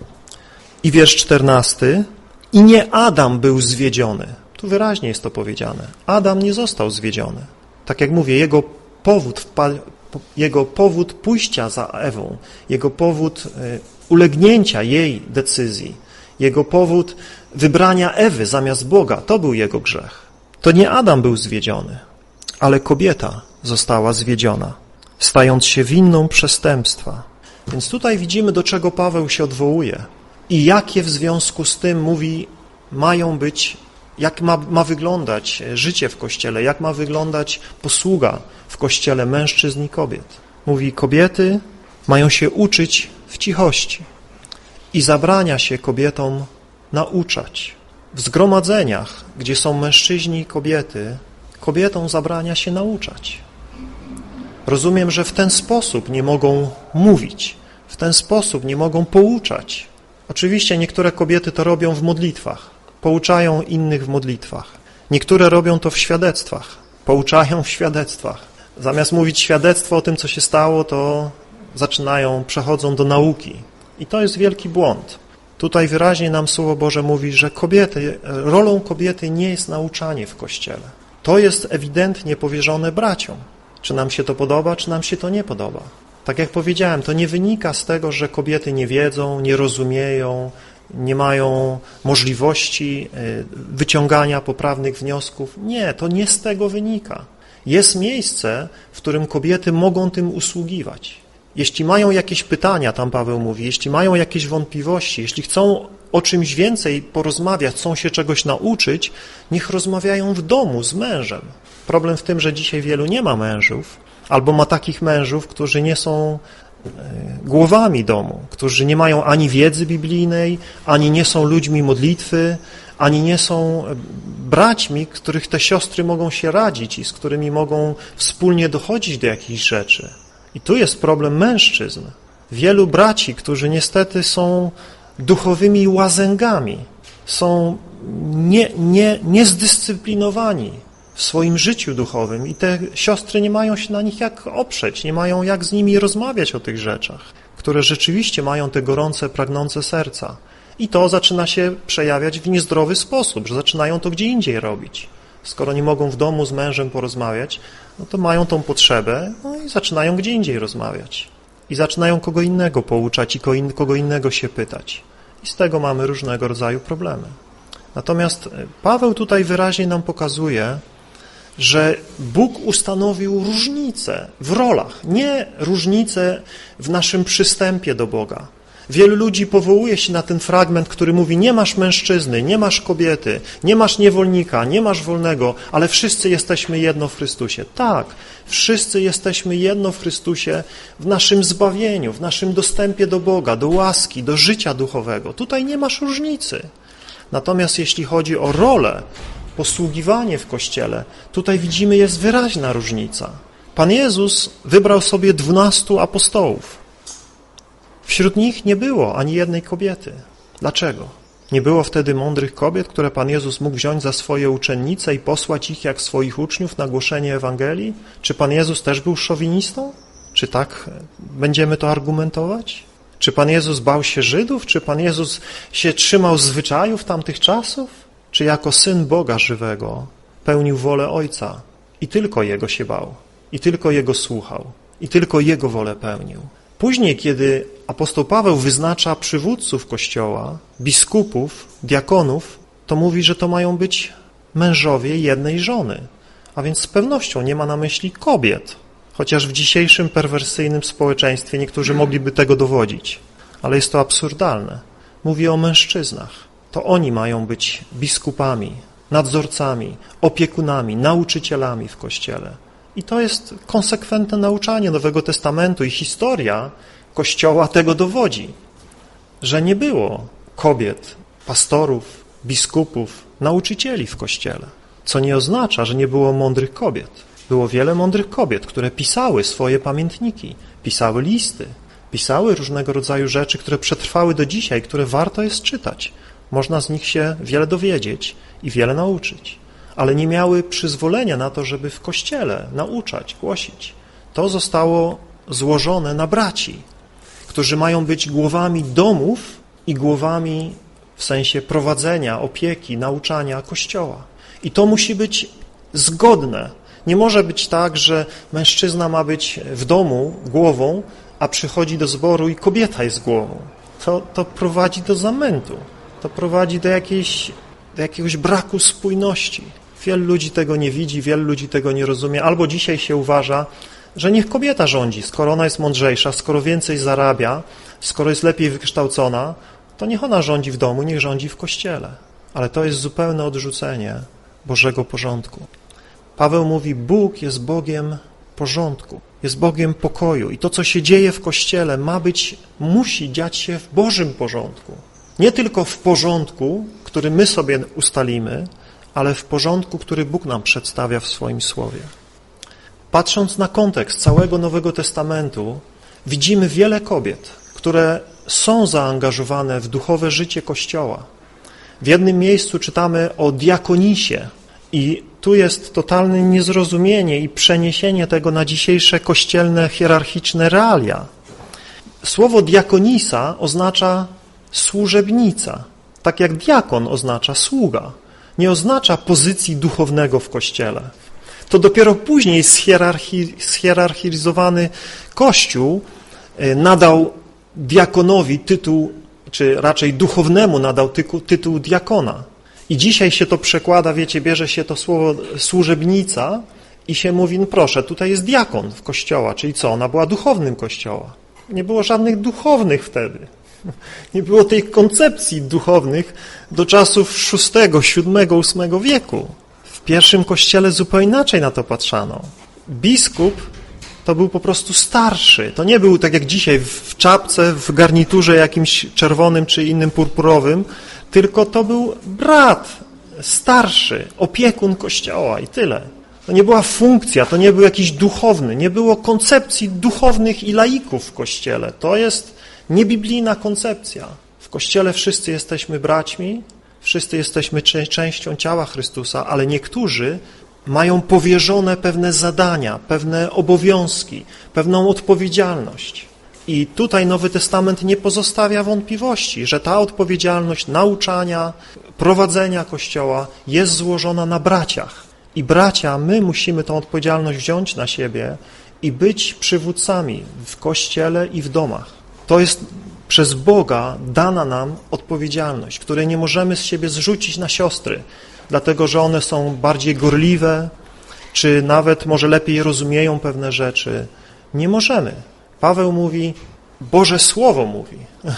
I wiersz czternasty. I nie Adam był zwiedziony. Tu wyraźnie jest to powiedziane. Adam nie został zwiedziony. Tak jak mówię, jego powód, jego powód pójścia za Ewą, jego powód ulegnięcia jej decyzji, jego powód wybrania Ewy zamiast Boga, to był jego grzech. To nie Adam był zwiedziony, ale kobieta została zwiedziona, stając się winną przestępstwa. Więc tutaj widzimy, do czego Paweł się odwołuje i jakie w związku z tym mówi, mają być, jak ma, ma wyglądać życie w Kościele, jak ma wyglądać posługa w Kościele mężczyzn i kobiet. Mówi, kobiety mają się uczyć w cichości i zabrania się kobietom nauczać. W zgromadzeniach, gdzie są mężczyźni i kobiety, kobietom zabrania się nauczać. Rozumiem, że w ten sposób nie mogą mówić, w ten sposób nie mogą pouczać. Oczywiście niektóre kobiety to robią w modlitwach, pouczają innych w modlitwach. Niektóre robią to w świadectwach, pouczają w świadectwach. Zamiast mówić świadectwo o tym, co się stało, to zaczynają, przechodzą do nauki. I to jest wielki błąd. Tutaj wyraźnie nam Słowo Boże mówi, że kobiety, rolą kobiety nie jest nauczanie w Kościele. To jest ewidentnie powierzone braciom. Czy nam się to podoba, czy nam się to nie podoba. Tak jak powiedziałem, to nie wynika z tego, że kobiety nie wiedzą, nie rozumieją, nie mają możliwości wyciągania poprawnych wniosków. Nie, to nie z tego wynika. Jest miejsce, w którym kobiety mogą tym usługiwać. Jeśli mają jakieś pytania, tam Paweł mówi, jeśli mają jakieś wątpliwości, jeśli chcą o czymś więcej porozmawiać, chcą się czegoś nauczyć, niech rozmawiają w domu z mężem. Problem w tym, że dzisiaj wielu nie ma mężów, albo ma takich mężów, którzy nie są głowami domu, którzy nie mają ani wiedzy biblijnej, ani nie są ludźmi modlitwy, ani nie są braćmi, których te siostry mogą się radzić i z którymi mogą wspólnie dochodzić do jakichś rzeczy. I tu jest problem mężczyzn. Wielu braci, którzy niestety są duchowymi łazęgami, są nie, nie, niezdyscyplinowani w swoim życiu duchowym i te siostry nie mają się na nich jak oprzeć, nie mają jak z nimi rozmawiać o tych rzeczach, które rzeczywiście mają te gorące, pragnące serca. I to zaczyna się przejawiać w niezdrowy sposób, że zaczynają to gdzie indziej robić. Skoro nie mogą w domu z mężem porozmawiać, no to mają tą potrzebę, no i zaczynają gdzie indziej rozmawiać. I zaczynają kogo innego pouczać i kogo innego się pytać. I z tego mamy różnego rodzaju problemy. Natomiast Paweł tutaj wyraźnie nam pokazuje, że Bóg ustanowił różnice w rolach, nie różnice w naszym przystępie do Boga. Wielu ludzi powołuje się na ten fragment, który mówi: nie masz mężczyzny, nie masz kobiety, nie masz niewolnika, nie masz wolnego, ale wszyscy jesteśmy jedno w Chrystusie. Tak, wszyscy jesteśmy jedno w Chrystusie w naszym zbawieniu, w naszym dostępie do Boga, do łaski, do życia duchowego. Tutaj nie masz różnicy. Natomiast jeśli chodzi o rolę, posługiwanie w Kościele, tutaj widzimy, jest wyraźna różnica. Pan Jezus wybrał sobie dwunastu apostołów. Wśród nich nie było ani jednej kobiety. Dlaczego? Nie było wtedy mądrych kobiet, które Pan Jezus mógł wziąć za swoje uczennice i posłać ich jak swoich uczniów na głoszenie Ewangelii? Czy Pan Jezus też był szowinistą? Czy tak będziemy to argumentować? Czy Pan Jezus bał się Żydów? Czy Pan Jezus się trzymał zwyczajów tamtych czasów? Czy jako Syn Boga żywego pełnił wolę Ojca i tylko Jego się bał, i tylko Jego słuchał, i tylko Jego wolę pełnił? Później, kiedy apostoł Paweł wyznacza przywódców Kościoła, biskupów, diakonów, to mówi, że to mają być mężowie jednej żony. A więc z pewnością nie ma na myśli kobiet, chociaż w dzisiejszym perwersyjnym społeczeństwie niektórzy mogliby tego dowodzić. Ale jest to absurdalne. Mówi o mężczyznach. To oni mają być biskupami, nadzorcami, opiekunami, nauczycielami w Kościele. I to jest konsekwentne nauczanie Nowego Testamentu i historia Kościoła tego dowodzi, że nie było kobiet, pastorów, biskupów, nauczycieli w Kościele, co nie oznacza, że nie było mądrych kobiet. Było wiele mądrych kobiet, które pisały swoje pamiętniki, pisały listy, pisały różnego rodzaju rzeczy, które przetrwały do dzisiaj, które warto jest czytać. Można z nich się wiele dowiedzieć i wiele nauczyć, ale nie miały przyzwolenia na to, żeby w Kościele nauczać, głosić. To zostało złożone na braci, którzy mają być głowami domów i głowami w sensie prowadzenia, opieki, nauczania Kościoła. I to musi być zgodne. Nie może być tak, że mężczyzna ma być w domu głową, a przychodzi do zboru i kobieta jest głową. To, to prowadzi do zamętu. To prowadzi do, jakiejś, do jakiegoś braku spójności. Wielu ludzi tego nie widzi, wielu ludzi tego nie rozumie. Albo dzisiaj się uważa, że niech kobieta rządzi, skoro ona jest mądrzejsza, skoro więcej zarabia, skoro jest lepiej wykształcona, to niech ona rządzi w domu, niech rządzi w Kościele. Ale to jest zupełne odrzucenie Bożego porządku. Paweł mówi, Bóg jest Bogiem porządku, jest Bogiem pokoju i to, co się dzieje w Kościele, ma być, musi dziać się w Bożym porządku. Nie tylko w porządku, który my sobie ustalimy, ale w porządku, który Bóg nam przedstawia w swoim Słowie. Patrząc na kontekst całego Nowego Testamentu, widzimy wiele kobiet, które są zaangażowane w duchowe życie Kościoła. W jednym miejscu czytamy o diakonisie i tu jest totalne niezrozumienie i przeniesienie tego na dzisiejsze kościelne, hierarchiczne realia. Słowo diakonisa oznacza służebnica, tak jak diakon oznacza sługa. Nie oznacza pozycji duchownego w Kościele. To dopiero później zhierarchi, zhierarchizowany Kościół nadał diakonowi tytuł, czy raczej duchownemu nadał tytuł, tytuł diakona. I dzisiaj się to przekłada, wiecie, bierze się to słowo służebnica i się mówi, no proszę, tutaj jest diakon w Kościoła, czyli co? Ona była duchownym Kościoła. Nie było żadnych duchownych wtedy. Nie było tej koncepcji duchownych do czasów szóstego, siódmego, ósmego wieku. W pierwszym Kościele zupełnie inaczej na to patrzano. Biskup to to był po prostu starszy. To nie był tak jak dzisiaj w czapce, w garniturze jakimś czerwonym czy innym purpurowym, tylko to był brat starszy, opiekun Kościoła i tyle. To nie była funkcja, to nie był jakiś duchowny, nie było koncepcji duchownych i laików w Kościele. To jest niebiblijna koncepcja. W Kościele wszyscy jesteśmy braćmi, wszyscy jesteśmy częścią ciała Chrystusa, ale niektórzy mają powierzone pewne zadania, pewne obowiązki, pewną odpowiedzialność. I tutaj Nowy Testament nie pozostawia wątpliwości, że ta odpowiedzialność nauczania, prowadzenia Kościoła jest złożona na braciach. I bracia, my musimy tą odpowiedzialność wziąć na siebie i być przywódcami w Kościele i w domach. To jest przez Boga dana nam odpowiedzialność, której nie możemy z siebie zrzucić na siostry, dlatego że one są bardziej gorliwe, czy nawet może lepiej rozumieją pewne rzeczy. Nie możemy. Paweł mówi, Boże Słowo mówi,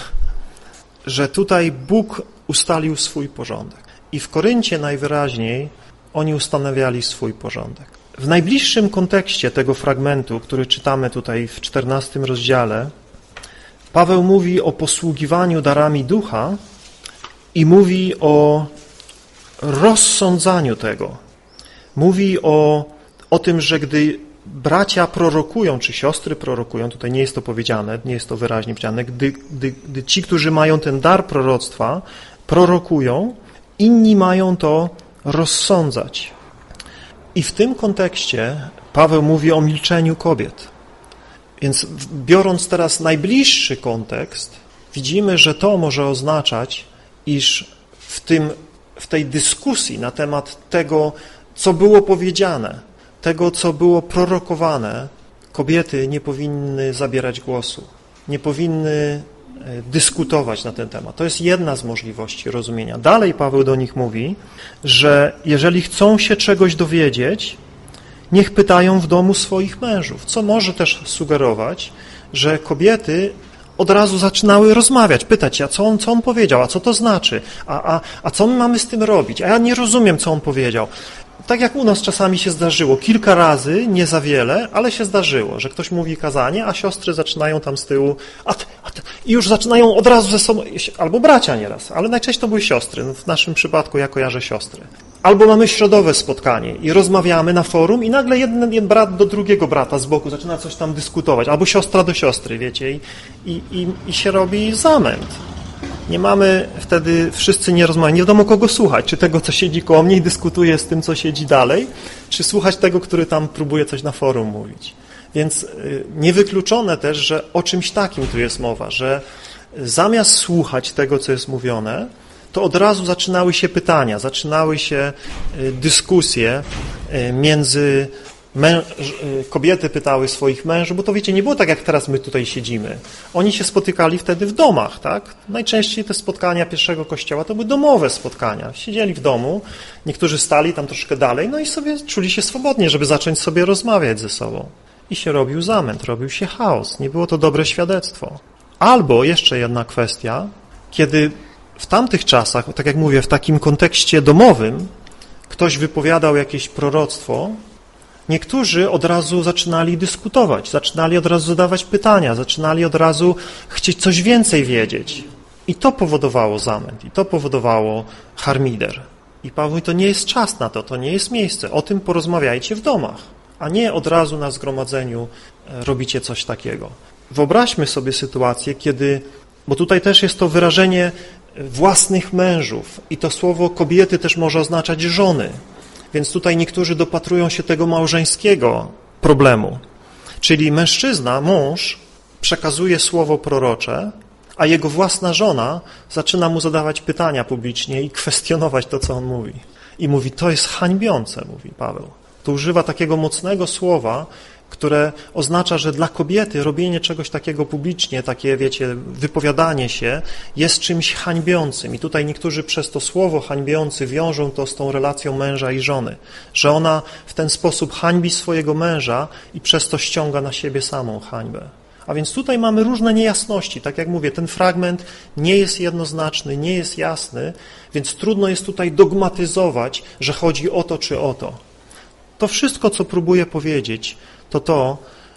że tutaj Bóg ustalił swój porządek. I w Koryncie najwyraźniej oni ustanawiali swój porządek. W najbliższym kontekście tego fragmentu, który czytamy tutaj w czternastym rozdziale, Paweł mówi o posługiwaniu darami ducha i mówi o rozsądzaniu tego. Mówi o, o tym, że gdy bracia prorokują, czy siostry prorokują, tutaj nie jest to powiedziane, nie jest to wyraźnie powiedziane, gdy, gdy, gdy ci, którzy mają ten dar proroctwa, prorokują, inni mają to rozsądzać. I w tym kontekście Paweł mówi o milczeniu kobiet. Więc biorąc teraz najbliższy kontekst, widzimy, że to może oznaczać, iż w, tym, w tej dyskusji na temat tego, co było powiedziane, tego, co było prorokowane, kobiety nie powinny zabierać głosu, nie powinny dyskutować na ten temat. To jest jedna z możliwości rozumienia. Dalej Paweł do nich mówi, że jeżeli chcą się czegoś dowiedzieć, niech pytają w domu swoich mężów, co może też sugerować, że kobiety od razu zaczynały rozmawiać, pytać się, a co on, co on powiedział, a co to znaczy, a, a, a co my mamy z tym robić, a ja nie rozumiem, co on powiedział. Tak jak u nas czasami się zdarzyło, kilka razy, nie za wiele, ale się zdarzyło, że ktoś mówi kazanie, a siostry zaczynają tam z tyłu, a ty, a ty, i już zaczynają od razu ze sobą, albo bracia nieraz, ale najczęściej to były siostry, no w naszym przypadku ja kojarzę siostry. Albo mamy środowe spotkanie i rozmawiamy na forum i nagle jeden, jeden brat do drugiego brata z boku zaczyna coś tam dyskutować, albo siostra do siostry, wiecie, i, i, i, i się robi zamęt. Nie mamy wtedy, wszyscy nie rozmawiają, nie wiadomo kogo słuchać, czy tego, co siedzi koło mnie i dyskutuje z tym, co siedzi dalej, czy słuchać tego, który tam próbuje coś na forum mówić. Więc niewykluczone też, że o czymś takim tu jest mowa, że zamiast słuchać tego, co jest mówione, to od razu zaczynały się pytania, zaczynały się dyskusje między Męż, kobiety pytały swoich mężów, bo to wiecie, nie było tak, jak teraz my tutaj siedzimy. Oni się spotykali wtedy w domach, tak? Najczęściej te spotkania pierwszego kościoła to były domowe spotkania. Siedzieli w domu, niektórzy stali tam troszkę dalej, no i sobie czuli się swobodnie, żeby zacząć sobie rozmawiać ze sobą. I się robił zamęt, robił się chaos. Nie było to dobre świadectwo. Albo jeszcze jedna kwestia, kiedy w tamtych czasach, tak jak mówię, w takim kontekście domowym, ktoś wypowiadał jakieś proroctwo, niektórzy od razu zaczynali dyskutować, zaczynali od razu zadawać pytania, zaczynali od razu chcieć coś więcej wiedzieć. I to powodowało zamęt, i to powodowało harmider. I Paweł mówi, to nie jest czas na to, to nie jest miejsce. O tym porozmawiajcie w domach, a nie od razu na zgromadzeniu robicie coś takiego. Wyobraźmy sobie sytuację, kiedy, bo tutaj też jest to wyrażenie własnych mężów i to słowo kobiety też może oznaczać żony. Więc tutaj niektórzy dopatrują się tego małżeńskiego problemu. Czyli mężczyzna, mąż przekazuje słowo prorocze, a jego własna żona zaczyna mu zadawać pytania publicznie i kwestionować to, co on mówi. I mówi, to jest hańbiące, mówi Paweł. Tu używa takiego mocnego słowa, które oznacza, że dla kobiety robienie czegoś takiego publicznie, takie, wiecie, wypowiadanie się jest czymś hańbiącym. I tutaj niektórzy przez to słowo hańbiący wiążą to z tą relacją męża i żony, że ona w ten sposób hańbi swojego męża i przez to ściąga na siebie samą hańbę. A więc tutaj mamy różne niejasności. Tak jak mówię, ten fragment nie jest jednoznaczny, nie jest jasny, więc trudno jest tutaj dogmatyzować, że chodzi o to czy o to. To wszystko, co próbuję powiedzieć, to to,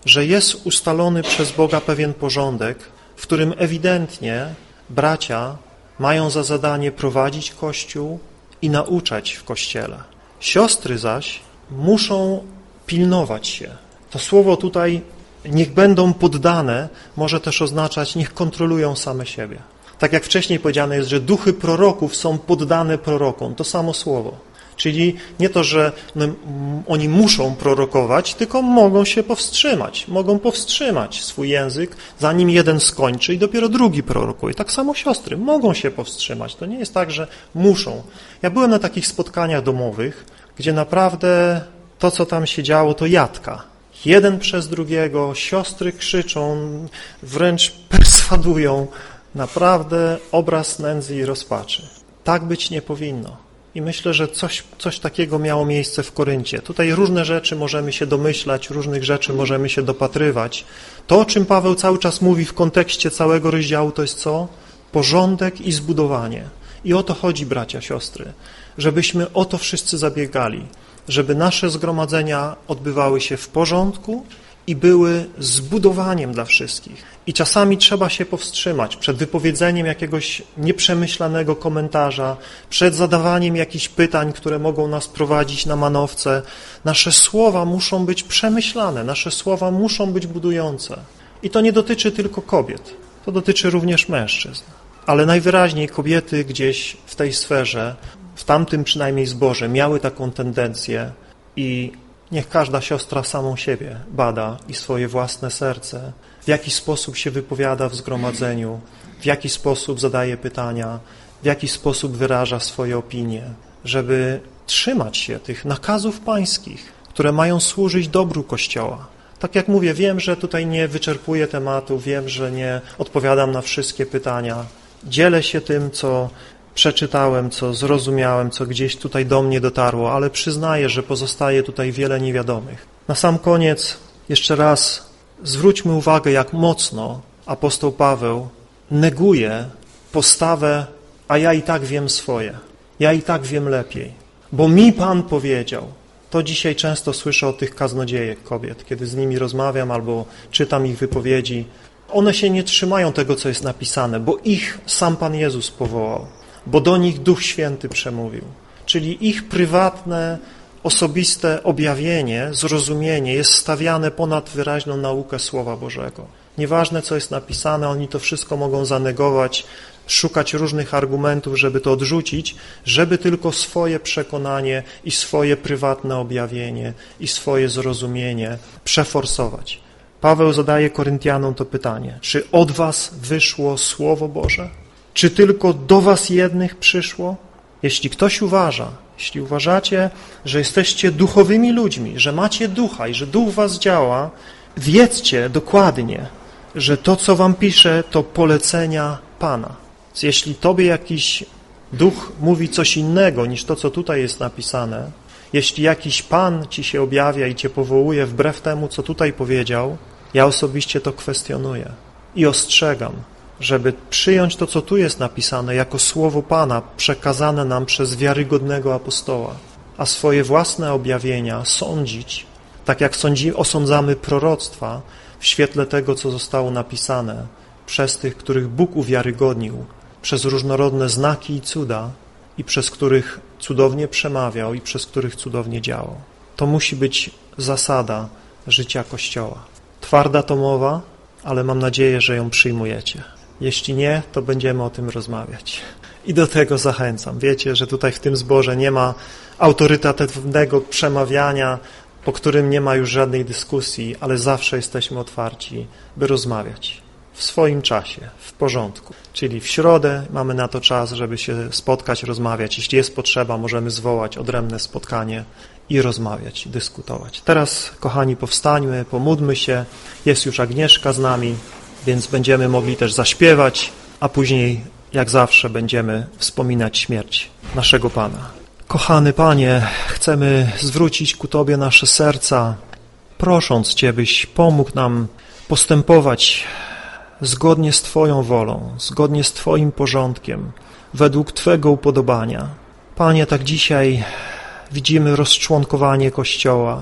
że jest ustalony przez Boga pewien porządek, w którym ewidentnie bracia mają za zadanie prowadzić Kościół i nauczać w Kościele. Siostry zaś muszą pilnować się. To słowo tutaj niech będą poddane może też oznaczać niech kontrolują same siebie. Tak jak wcześniej powiedziane jest, że duchy proroków są poddane prorokom. To samo słowo. Czyli nie to, że no, oni muszą prorokować, tylko mogą się powstrzymać. Mogą powstrzymać swój język, zanim jeden skończy i dopiero drugi prorokuje. Tak samo siostry mogą się powstrzymać. To nie jest tak, że muszą. Ja byłem na takich spotkaniach domowych, gdzie naprawdę to, co tam się działo, to jadka. Jeden przez drugiego, siostry krzyczą, wręcz perswadują. Naprawdę obraz nędzy i rozpaczy. Tak być nie powinno. I myślę, że coś, coś takiego miało miejsce w Koryncie. Tutaj różne rzeczy możemy się domyślać, różnych rzeczy możemy się dopatrywać. To, o czym Paweł cały czas mówi w kontekście całego rozdziału, to jest co? Porządek i zbudowanie. I o to chodzi, bracia, siostry, żebyśmy o to wszyscy zabiegali, żeby nasze zgromadzenia odbywały się w porządku i były zbudowaniem dla wszystkich. I czasami trzeba się powstrzymać przed wypowiedzeniem jakiegoś nieprzemyślanego komentarza, przed zadawaniem jakichś pytań, które mogą nas prowadzić na manowce. Nasze słowa muszą być przemyślane, nasze słowa muszą być budujące. I to nie dotyczy tylko kobiet, to dotyczy również mężczyzn. Ale najwyraźniej kobiety gdzieś w tej sferze, w tamtym przynajmniej zborze, miały taką tendencję i niech każda siostra samą siebie bada i swoje własne serce, w jaki sposób się wypowiada w zgromadzeniu, w jaki sposób zadaje pytania, w jaki sposób wyraża swoje opinie, żeby trzymać się tych nakazów pańskich, które mają służyć dobru Kościoła. Tak jak mówię, wiem, że tutaj nie wyczerpuję tematu, wiem, że nie odpowiadam na wszystkie pytania. Dzielę się tym, co przeczytałem, co zrozumiałem, co gdzieś tutaj do mnie dotarło, ale przyznaję, że pozostaje tutaj wiele niewiadomych. Na sam koniec jeszcze raz zwróćmy uwagę, jak mocno apostoł Paweł neguje postawę, a ja i tak wiem swoje, ja i tak wiem lepiej, bo mi Pan powiedział. To dzisiaj często słyszę od tych kaznodziejek kobiet, kiedy z nimi rozmawiam albo czytam ich wypowiedzi. One się nie trzymają tego, co jest napisane, bo ich sam Pan Jezus powołał, bo do nich Duch Święty przemówił. Czyli ich prywatne, osobiste objawienie, zrozumienie jest stawiane ponad wyraźną naukę Słowa Bożego. Nieważne, co jest napisane, oni to wszystko mogą zanegować, szukać różnych argumentów, żeby to odrzucić, żeby tylko swoje przekonanie i swoje prywatne objawienie i swoje zrozumienie przeforsować. Paweł zadaje Koryntianom to pytanie, czy od was wyszło Słowo Boże? Czy tylko do was jednych przyszło? Jeśli ktoś uważa, jeśli uważacie, że jesteście duchowymi ludźmi, że macie ducha i że duch was działa, wiedzcie dokładnie, że to, co wam pisze, to polecenia Pana. Więc jeśli tobie jakiś duch mówi coś innego niż to, co tutaj jest napisane, jeśli jakiś Pan ci się objawia i cię powołuje wbrew temu, co tutaj powiedział, ja osobiście to kwestionuję i ostrzegam, żeby przyjąć to, co tu jest napisane, jako słowo Pana przekazane nam przez wiarygodnego apostoła, a swoje własne objawienia sądzić, tak jak sądzi, osądzamy proroctwa w świetle tego, co zostało napisane przez tych, których Bóg uwiarygodnił, przez różnorodne znaki i cuda i przez których cudownie przemawiał i przez których cudownie działał. To musi być zasada życia Kościoła. Twarda to mowa, ale mam nadzieję, że ją przyjmujecie. Jeśli nie, to będziemy o tym rozmawiać. I do tego zachęcam. Wiecie, że tutaj w tym zborze nie ma autorytatywnego przemawiania, po którym nie ma już żadnej dyskusji, ale zawsze jesteśmy otwarci, by rozmawiać. W swoim czasie, w porządku. Czyli w środę mamy na to czas, żeby się spotkać, rozmawiać. Jeśli jest potrzeba, możemy zwołać odrębne spotkanie i rozmawiać, dyskutować. Teraz, kochani, powstańmy, pomódlmy się. Jest już Agnieszka z nami, więc będziemy mogli też zaśpiewać, a później, jak zawsze, będziemy wspominać śmierć naszego Pana. Kochany Panie, chcemy zwrócić ku Tobie nasze serca, prosząc Cię, byś pomógł nam postępować zgodnie z Twoją wolą, zgodnie z Twoim porządkiem, według Twego upodobania. Panie, tak dzisiaj widzimy rozczłonkowanie Kościoła.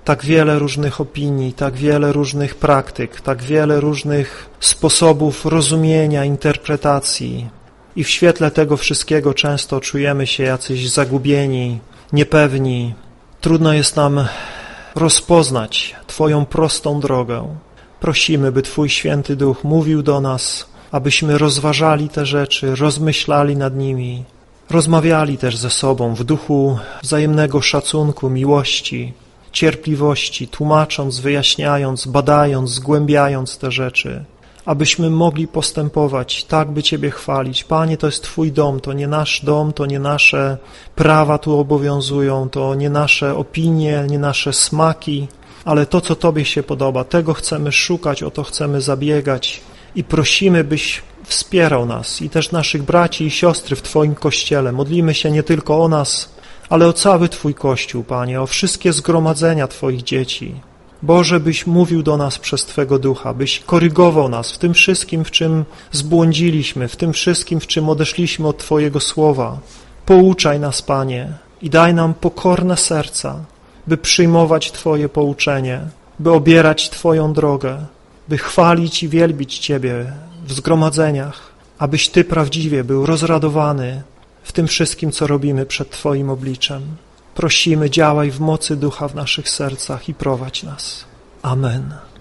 tak wiele różnych opinii, tak wiele różnych praktyk, tak wiele różnych sposobów rozumienia, interpretacji. I w świetle tego wszystkiego często czujemy się jacyś zagubieni, niepewni. Trudno jest nam rozpoznać Twoją prostą drogę. Prosimy, by Twój Święty Duch mówił do nas, abyśmy rozważali te rzeczy, rozmyślali nad nimi, rozmawiali też ze sobą w duchu wzajemnego szacunku, miłości, cierpliwości, tłumacząc, wyjaśniając, badając, zgłębiając te rzeczy, abyśmy mogli postępować, tak by Ciebie chwalić. Panie, to jest Twój dom, to nie nasz dom, to nie nasze prawa tu obowiązują, to nie nasze opinie, nie nasze smaki, ale to, co Tobie się podoba, tego chcemy szukać, o to chcemy zabiegać i prosimy, byś wspierał nas i też naszych braci i siostry w Twoim Kościele. Modlimy się nie tylko o nas, ale o cały Twój Kościół, Panie, o wszystkie zgromadzenia Twoich dzieci. Boże, byś mówił do nas przez Twego Ducha, byś korygował nas w tym wszystkim, w czym zbłądziliśmy, w tym wszystkim, w czym odeszliśmy od Twojego Słowa. Pouczaj nas, Panie, i daj nam pokorne serca, by przyjmować Twoje pouczenie, by obierać Twoją drogę, by chwalić i wielbić Ciebie w zgromadzeniach, abyś Ty prawdziwie był rozradowany w tym wszystkim, co robimy przed Twoim obliczem. Prosimy, działaj w mocy Ducha w naszych sercach i prowadź nas. Amen.